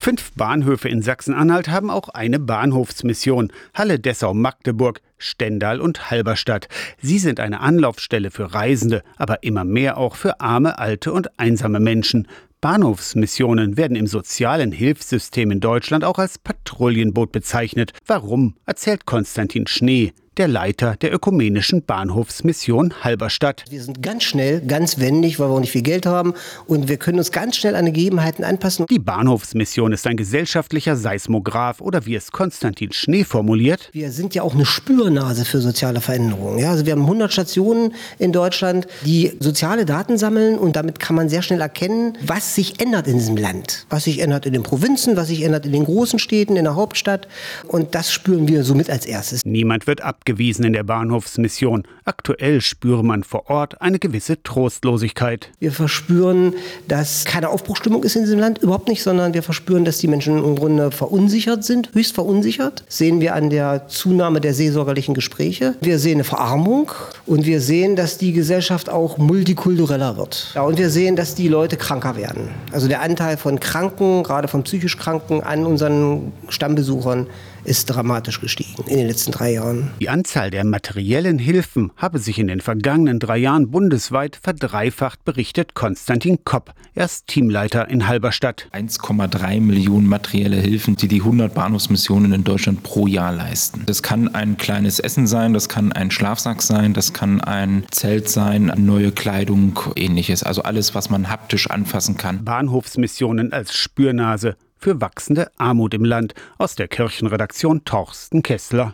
5 Bahnhöfe in Sachsen-Anhalt haben auch eine Bahnhofsmission. Halle, Dessau, Magdeburg, Stendal und Halberstadt. Sie sind eine Anlaufstelle für Reisende, aber immer mehr auch für arme, alte und einsame Menschen. Bahnhofsmissionen werden im sozialen Hilfssystem in Deutschland auch als Patrouillenboot bezeichnet. Warum, erzählt Konstantin Schnee, der Leiter der ökumenischen Bahnhofsmission Halberstadt. Wir sind ganz schnell, ganz wendig, weil wir auch nicht viel Geld haben und wir können uns ganz schnell an die Gegebenheiten anpassen. Die Bahnhofsmission ist ein gesellschaftlicher Seismograph oder wie es Konstantin Schnee formuliert: Wir sind ja auch eine Spürnase für soziale Veränderungen. Ja, also wir haben 100 Stationen in Deutschland, die soziale Daten sammeln und damit kann man sehr schnell erkennen, was sich ändert in diesem Land. Was sich ändert in den Provinzen, was sich ändert in den großen Städten, in der Hauptstadt und das spüren wir somit als erstes. Niemand wird abgewiesen in der Bahnhofsmission. Aktuell spüre man vor Ort eine gewisse Trostlosigkeit. Wir verspüren, dass keine Aufbruchstimmung ist in diesem Land, überhaupt nicht, sondern wir verspüren, dass die Menschen im Grunde verunsichert sind, höchst verunsichert. Das sehen wir an der Zunahme der seelsorgerlichen Gespräche. Wir sehen eine Verarmung und wir sehen, dass die Gesellschaft auch multikultureller wird. Ja, und wir sehen, dass die Leute kranker werden. Also der Anteil von Kranken, gerade von psychisch Kranken an unseren Stammbesuchern ist dramatisch gestiegen in den letzten 3 Jahren. Die Anzahl der materiellen Hilfen habe sich in den vergangenen 3 Jahren bundesweit verdreifacht, berichtet Konstantin Kopp. Er ist Teamleiter in Halberstadt. 1,3 Millionen materielle Hilfen, die 100 Bahnhofsmissionen in Deutschland pro Jahr leisten. Das kann ein kleines Essen sein, das kann ein Schlafsack sein, das kann ein Zelt sein, neue Kleidung, ähnliches. Also alles, was man haptisch anfassen kann. Bahnhofsmissionen als Spürnase für wachsende Armut im Land. Aus der Kirchenredaktion Torsten Kessler.